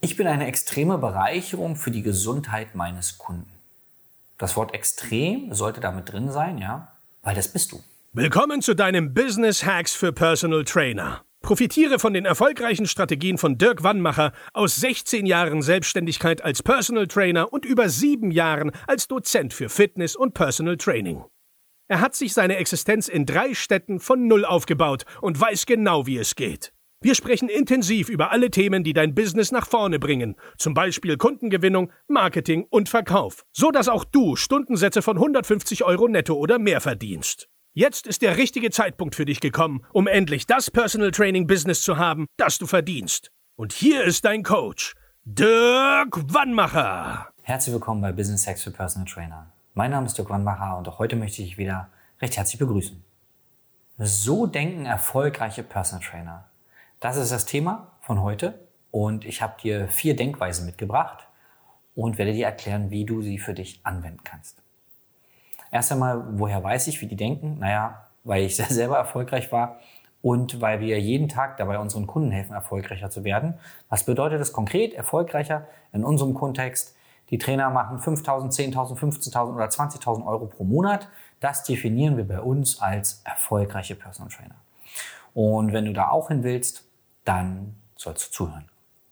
Ich bin eine extreme Bereicherung für die Gesundheit meines Kunden. Das Wort extrem sollte damit drin sein, ja, weil das bist du. Willkommen zu deinem Business Hacks für Personal Trainer. Profitiere von den erfolgreichen Strategien von Dirk Wannmacher aus 16 Jahren Selbstständigkeit als Personal Trainer und über 7 Jahren als Dozent für Fitness und Personal Training. Er hat sich seine Existenz in 3 Städten von Null aufgebaut und weiß genau, wie es geht. Wir sprechen intensiv über alle Themen, die dein Business nach vorne bringen, zum Beispiel Kundengewinnung, Marketing und Verkauf, so dass auch du Stundensätze von 150 € netto oder mehr verdienst. Jetzt ist der richtige Zeitpunkt für dich gekommen, um endlich das Personal Training Business zu haben, das du verdienst. Und hier ist dein Coach, Dirk Wannmacher. Herzlich willkommen bei Business Hacks für Personal Trainer. Mein Name ist Dirk Wannmacher und auch heute möchte ich dich wieder recht herzlich begrüßen. So denken erfolgreiche Personal Trainer. Das ist das Thema von heute und ich habe dir 4 Denkweisen mitgebracht und werde dir erklären, wie du sie für dich anwenden kannst. Erst einmal, woher weiß ich, wie die denken? Naja, weil ich selber erfolgreich war und weil wir jeden Tag dabei unseren Kunden helfen, erfolgreicher zu werden. Was bedeutet das konkret? Erfolgreicher in unserem Kontext. Die Trainer machen 5.000, 10.000, 15.000 oder 20.000 € pro Monat. Das definieren wir bei uns als erfolgreiche Personal Trainer. Und wenn du da auch hin willst, dann sollst du zuhören.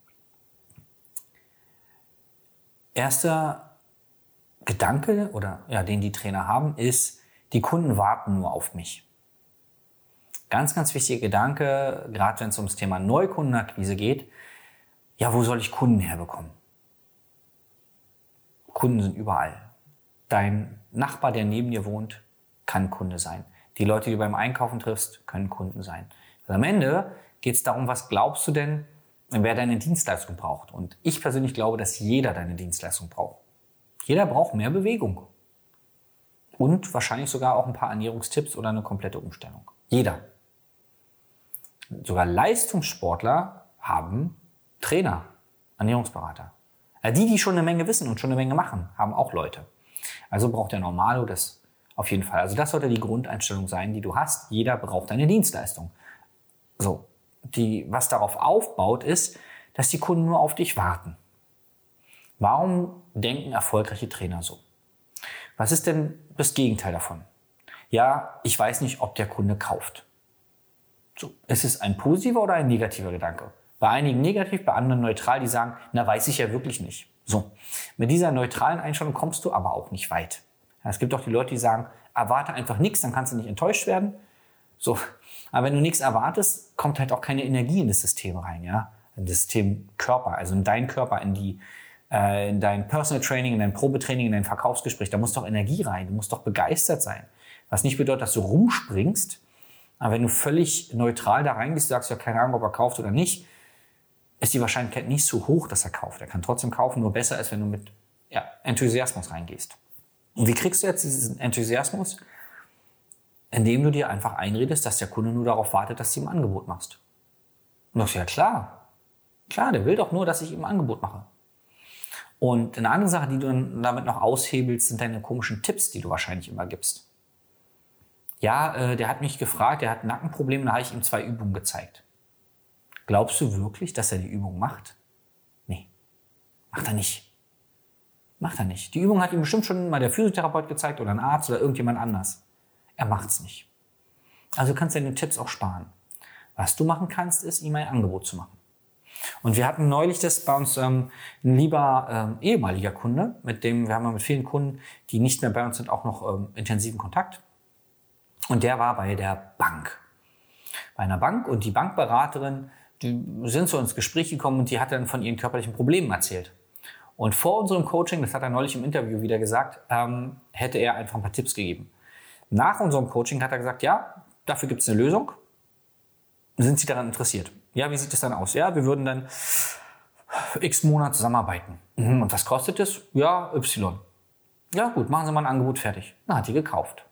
Erster Gedanke, den die Trainer haben, ist, die Kunden warten nur auf mich. Ganz, ganz wichtiger Gedanke, gerade wenn es ums Thema Neukundenakquise geht. Ja, wo soll ich Kunden herbekommen? Kunden sind überall. Dein Nachbar, der neben dir wohnt, kann Kunde sein. Die Leute, die du beim Einkaufen triffst, können Kunden sein. Und am Ende geht es darum, was glaubst du denn, wer deine Dienstleistung braucht? Und ich persönlich glaube, dass jeder deine Dienstleistung braucht. Jeder braucht mehr Bewegung. Und wahrscheinlich sogar auch ein paar Ernährungstipps oder eine komplette Umstellung. Jeder. Sogar Leistungssportler haben Trainer, Ernährungsberater. Die schon eine Menge wissen und schon eine Menge machen, haben auch Leute. Also braucht der Normalo das auf jeden Fall. Also das sollte die Grundeinstellung sein, die du hast. Jeder braucht eine Dienstleistung. So, was darauf aufbaut, ist, dass die Kunden nur auf dich warten. Warum denken erfolgreiche Trainer so? Was ist denn das Gegenteil davon? Ja, ich weiß nicht, ob der Kunde kauft. So, ist es ein positiver oder ein negativer Gedanke? Bei einigen negativ, bei anderen neutral, die sagen, na, weiß ich ja wirklich nicht. So, mit dieser neutralen Einstellung kommst du aber auch nicht weit. Ja, es gibt auch die Leute, die sagen, erwarte einfach nichts, dann kannst du nicht enttäuscht werden. So, aber wenn du nichts erwartest, kommt halt auch keine Energie in das System rein, ja, in das System Körper, also in deinen Körper, in dein Personal Training, in dein Probetraining, in dein Verkaufsgespräch. Da muss doch Energie rein, du musst doch begeistert sein. Was nicht bedeutet, dass du rumspringst, aber wenn du völlig neutral da reingehst, sagst ja keine Ahnung, ob er kauft oder nicht, ist die Wahrscheinlichkeit nicht so hoch, dass er kauft. Er kann trotzdem kaufen, nur besser ist, wenn du mit Enthusiasmus reingehst. Und wie kriegst du jetzt diesen Enthusiasmus? Indem du dir einfach einredest, dass der Kunde nur darauf wartet, dass du ihm ein Angebot machst. Und das ist ja klar. Klar, der will doch nur, dass ich ihm ein Angebot mache. Und eine andere Sache, die du dann damit noch aushebelst, sind deine komischen Tipps, die du wahrscheinlich immer gibst. Ja, der hat mich gefragt, der hat Nackenprobleme, da habe ich ihm 2 Übungen gezeigt. Glaubst du wirklich, dass er die Übung macht? Nee, macht er nicht. Macht er nicht. Die Übung hat ihm bestimmt schon mal der Physiotherapeut gezeigt oder ein Arzt oder irgendjemand anders. Er macht's nicht. Also kannst du deine Tipps auch sparen. Was du machen kannst, ist, ihm ein Angebot zu machen. Und wir hatten neulich das bei uns ein lieber ehemaliger Kunde, wir haben mit vielen Kunden, die nicht mehr bei uns sind, auch noch intensiven Kontakt. Und der war bei der Bank. Bei einer Bank und die Bankberaterin, die sind so ins Gespräch gekommen und die hat dann von ihren körperlichen Problemen erzählt. Und vor unserem Coaching, das hat er neulich im Interview wieder gesagt, hätte er einfach ein paar Tipps gegeben. Nach unserem Coaching hat er gesagt, ja, dafür gibt es eine Lösung. Sind Sie daran interessiert? Ja, wie sieht es dann aus? Ja, wir würden dann x Monate zusammenarbeiten. Und was kostet es? Ja, Y. Ja, gut, machen Sie mal ein Angebot fertig. Na, hat die gekauft.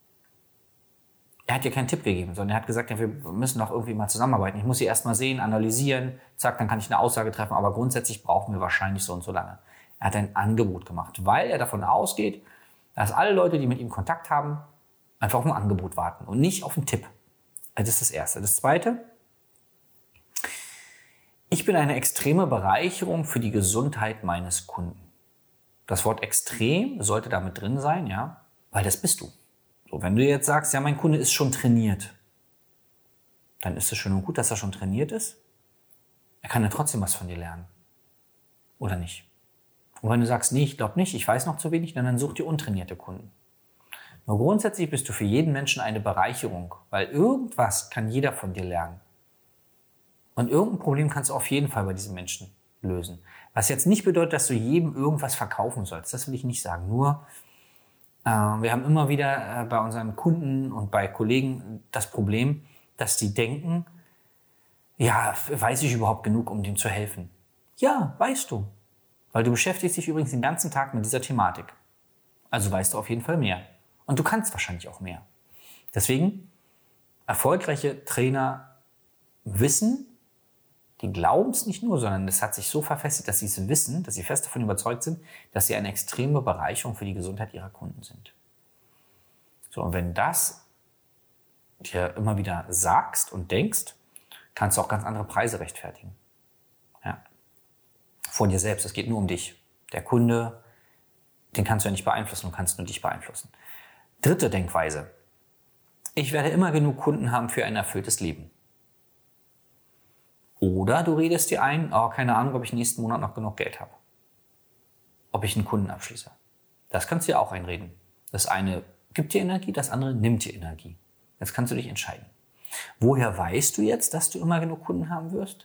Er hat ihr keinen Tipp gegeben, sondern er hat gesagt, ja, wir müssen doch irgendwie mal zusammenarbeiten. Ich muss sie erst mal sehen, analysieren, zack, dann kann ich eine Aussage treffen, aber grundsätzlich brauchen wir wahrscheinlich so und so lange. Er hat ein Angebot gemacht, weil er davon ausgeht, dass alle Leute, die mit ihm Kontakt haben, einfach auf ein Angebot warten und nicht auf einen Tipp. Das ist das Erste. Das Zweite, Ich bin eine extreme Bereicherung für die Gesundheit meines Kunden. Das Wort extrem sollte damit drin sein, ja, weil das bist du. So, wenn du jetzt sagst, ja, mein Kunde ist schon trainiert, dann ist es schön und gut, dass er schon trainiert ist. Er kann ja trotzdem was von dir lernen. Oder nicht? Und wenn du sagst, nee, ich glaube nicht, ich weiß noch zu wenig, dann such dir untrainierte Kunden. Nur grundsätzlich bist du für jeden Menschen eine Bereicherung, weil irgendwas kann jeder von dir lernen. Und irgendein Problem kannst du auf jeden Fall bei diesen Menschen lösen. Was jetzt nicht bedeutet, dass du jedem irgendwas verkaufen sollst. Das will ich nicht sagen. Nur, wir haben immer wieder bei unseren Kunden und bei Kollegen das Problem, dass die denken, ja, weiß ich überhaupt genug, um dem zu helfen? Ja, weißt du. Weil du beschäftigst dich übrigens den ganzen Tag mit dieser Thematik. Also weißt du auf jeden Fall mehr. Und du kannst wahrscheinlich auch mehr. Deswegen, erfolgreiche Trainer wissen, die glauben es nicht nur, sondern es hat sich so verfestigt, dass sie es wissen, dass sie fest davon überzeugt sind, dass sie eine extreme Bereicherung für die Gesundheit ihrer Kunden sind. So, und wenn das dir immer wieder sagst und denkst, kannst du auch ganz andere Preise rechtfertigen. Ja. Vor dir selbst, es geht nur um dich. Der Kunde, den kannst du ja nicht beeinflussen, du kannst nur dich beeinflussen. Dritte Denkweise. Ich werde immer genug Kunden haben für ein erfülltes Leben. Oder du redest dir ein, oh, keine Ahnung, ob ich nächsten Monat noch genug Geld habe. Ob ich einen Kunden abschließe. Das kannst du dir auch einreden. Das eine gibt dir Energie, das andere nimmt dir Energie. Jetzt kannst du dich entscheiden. Woher weißt du jetzt, dass du immer genug Kunden haben wirst?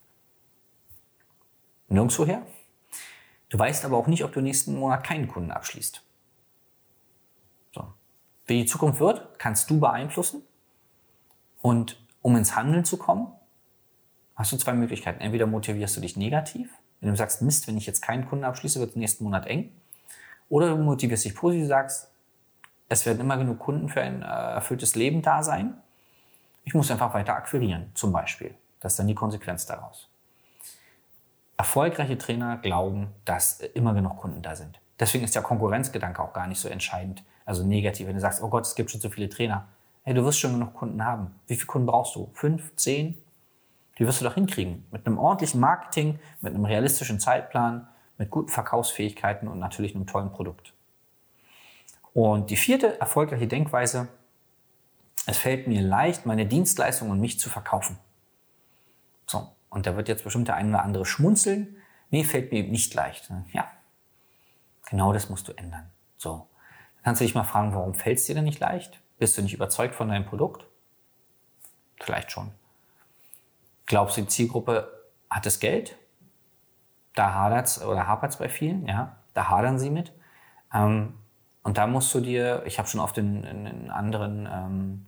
Nirgendwoher. Du weißt aber auch nicht, ob du nächsten Monat keinen Kunden abschließt. So. Wie die Zukunft wird, kannst du beeinflussen. Und um ins Handeln zu kommen, hast du zwei Möglichkeiten. Entweder motivierst du dich negativ, wenn du sagst, Mist, wenn ich jetzt keinen Kunden abschließe, wird es nächsten Monat eng. Oder du motivierst dich positiv, sagst, es werden immer genug Kunden für ein erfülltes Leben da sein. Ich muss einfach weiter akquirieren, zum Beispiel. Das ist dann die Konsequenz daraus. Erfolgreiche Trainer glauben, dass immer genug Kunden da sind. Deswegen ist der Konkurrenzgedanke auch gar nicht so entscheidend, also negativ. Wenn du sagst, oh Gott, es gibt schon so viele Trainer. Hey, du wirst schon genug Kunden haben. Wie viele Kunden brauchst du? 5, 10? Die wirst du doch hinkriegen. Mit einem ordentlichen Marketing, mit einem realistischen Zeitplan, mit guten Verkaufsfähigkeiten und natürlich einem tollen Produkt. Und die vierte erfolgreiche Denkweise: Es fällt mir leicht, meine Dienstleistung und mich zu verkaufen. So, und da wird jetzt bestimmt der eine oder andere schmunzeln. Nee, fällt mir nicht leicht. Ja, genau das musst du ändern. So, dann kannst du dich mal fragen, warum fällt es dir denn nicht leicht? Bist du nicht überzeugt von deinem Produkt? Vielleicht schon. Glaubst du, die Zielgruppe hat das Geld? Da hadert's oder hapert's bei vielen, ja. Da hadern sie mit. Und da musst du dir, ich habe schon oft in anderen,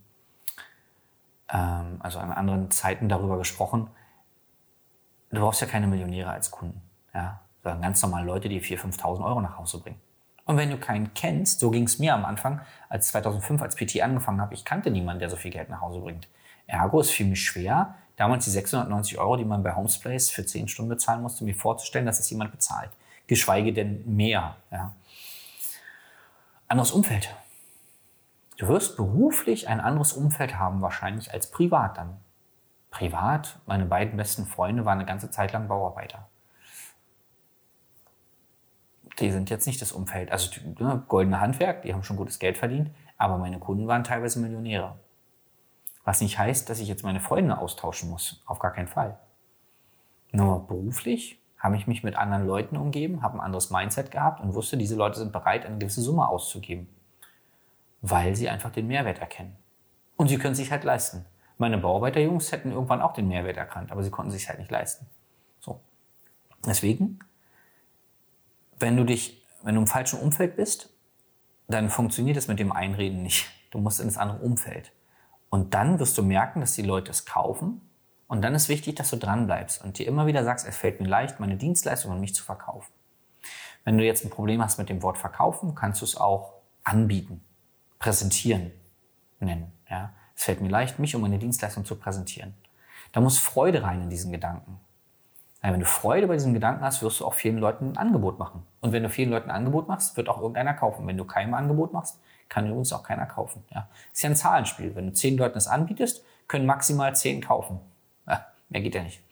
also an anderen Zeiten darüber gesprochen, du brauchst ja keine Millionäre als Kunden, ja. Sondern ganz normal Leute, die 4.000, 5.000 Euro nach Hause bringen. Und wenn du keinen kennst, so ging es mir am Anfang, als 2005 als PT angefangen habe, ich kannte niemanden, der so viel Geld nach Hause bringt. Ergo, es fiel mir schwer, damals die 690 Euro, die man bei Homesplace für 10 Stunden bezahlen musste, mir vorzustellen, dass es jemand bezahlt. Geschweige denn mehr. Ja. Anderes Umfeld. Du wirst beruflich ein anderes Umfeld haben wahrscheinlich als privat dann. Privat, meine beiden besten Freunde waren eine ganze Zeit lang Bauarbeiter. Die sind jetzt nicht das Umfeld, also goldene Handwerk, die haben schon gutes Geld verdient, aber meine Kunden waren teilweise Millionäre. Was nicht heißt, dass ich jetzt meine Freunde austauschen muss. Auf gar keinen Fall. Nur beruflich habe ich mich mit anderen Leuten umgeben, habe ein anderes Mindset gehabt und wusste, diese Leute sind bereit, eine gewisse Summe auszugeben. Weil sie einfach den Mehrwert erkennen. Und sie können sich halt leisten. Meine Bauarbeiterjungs hätten irgendwann auch den Mehrwert erkannt, aber sie konnten sich halt nicht leisten. So. Deswegen, wenn du im falschen Umfeld bist, dann funktioniert es mit dem Einreden nicht. Du musst in das andere Umfeld. Und dann wirst du merken, dass die Leute es kaufen. Und dann ist wichtig, dass du dran bleibst und dir immer wieder sagst, es fällt mir leicht, meine Dienstleistung und mich zu verkaufen. Wenn du jetzt ein Problem hast mit dem Wort verkaufen, kannst du es auch anbieten, präsentieren nennen. Ja? Es fällt mir leicht, mich und meine Dienstleistung zu präsentieren. Da muss Freude rein in diesen Gedanken. Ja, wenn du Freude bei diesem Gedanken hast, wirst du auch vielen Leuten ein Angebot machen. Und wenn du vielen Leuten ein Angebot machst, wird auch irgendeiner kaufen. Wenn du keinem Angebot machst, kann übrigens auch keiner kaufen. Ja. Ist ja ein Zahlenspiel. Wenn du 10 Leuten das anbietest, können maximal 10 kaufen. Ja, mehr geht ja nicht.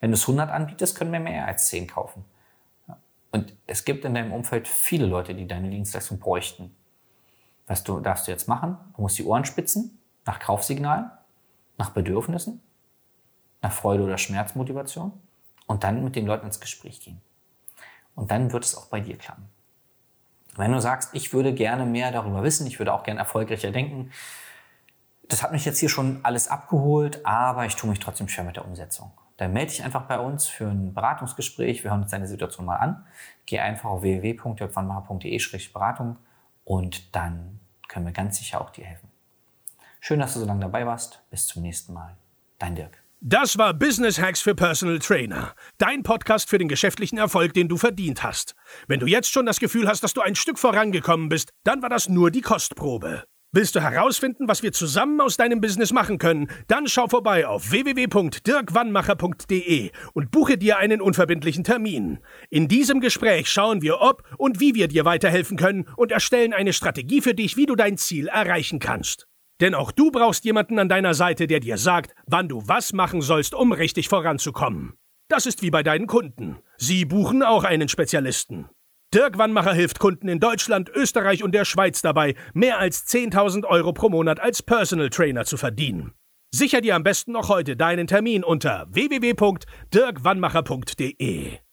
Wenn du es 100 anbietest, können wir mehr als 10 kaufen. Und es gibt in deinem Umfeld viele Leute, die deine Dienstleistung bräuchten. Was darfst du jetzt machen? Du musst die Ohren spitzen nach Kaufsignalen, nach Bedürfnissen, nach Freude oder Schmerzmotivation und dann mit den Leuten ins Gespräch gehen. Und dann wird es auch bei dir klappen. Wenn du sagst, ich würde gerne mehr darüber wissen, ich würde auch gerne erfolgreicher denken, das hat mich jetzt hier schon alles abgeholt, aber ich tue mich trotzdem schwer mit der Umsetzung. Dann melde dich einfach bei uns für ein Beratungsgespräch. Wir hören uns deine Situation mal an. Geh einfach auf www.dirkwannmacher.de/Beratung und dann können wir ganz sicher auch dir helfen. Schön, dass du so lange dabei warst. Bis zum nächsten Mal. Dein Dirk. Das war Business Hacks für Personal Trainer. Dein Podcast für den geschäftlichen Erfolg, den du verdient hast. Wenn du jetzt schon das Gefühl hast, dass du ein Stück vorangekommen bist, dann war das nur die Kostprobe. Willst du herausfinden, was wir zusammen aus deinem Business machen können? Dann schau vorbei auf www.dirkwannmacher.de und buche dir einen unverbindlichen Termin. In diesem Gespräch schauen wir, ob und wie wir dir weiterhelfen können und erstellen eine Strategie für dich, wie du dein Ziel erreichen kannst. Denn auch du brauchst jemanden an deiner Seite, der dir sagt, wann du was machen sollst, um richtig voranzukommen. Das ist wie bei deinen Kunden. Sie buchen auch einen Spezialisten. Dirk Wannmacher hilft Kunden in Deutschland, Österreich und der Schweiz dabei, mehr als 10.000 Euro pro Monat als Personal Trainer zu verdienen. Sicher dir am besten noch heute deinen Termin unter www.dirkwannmacher.de.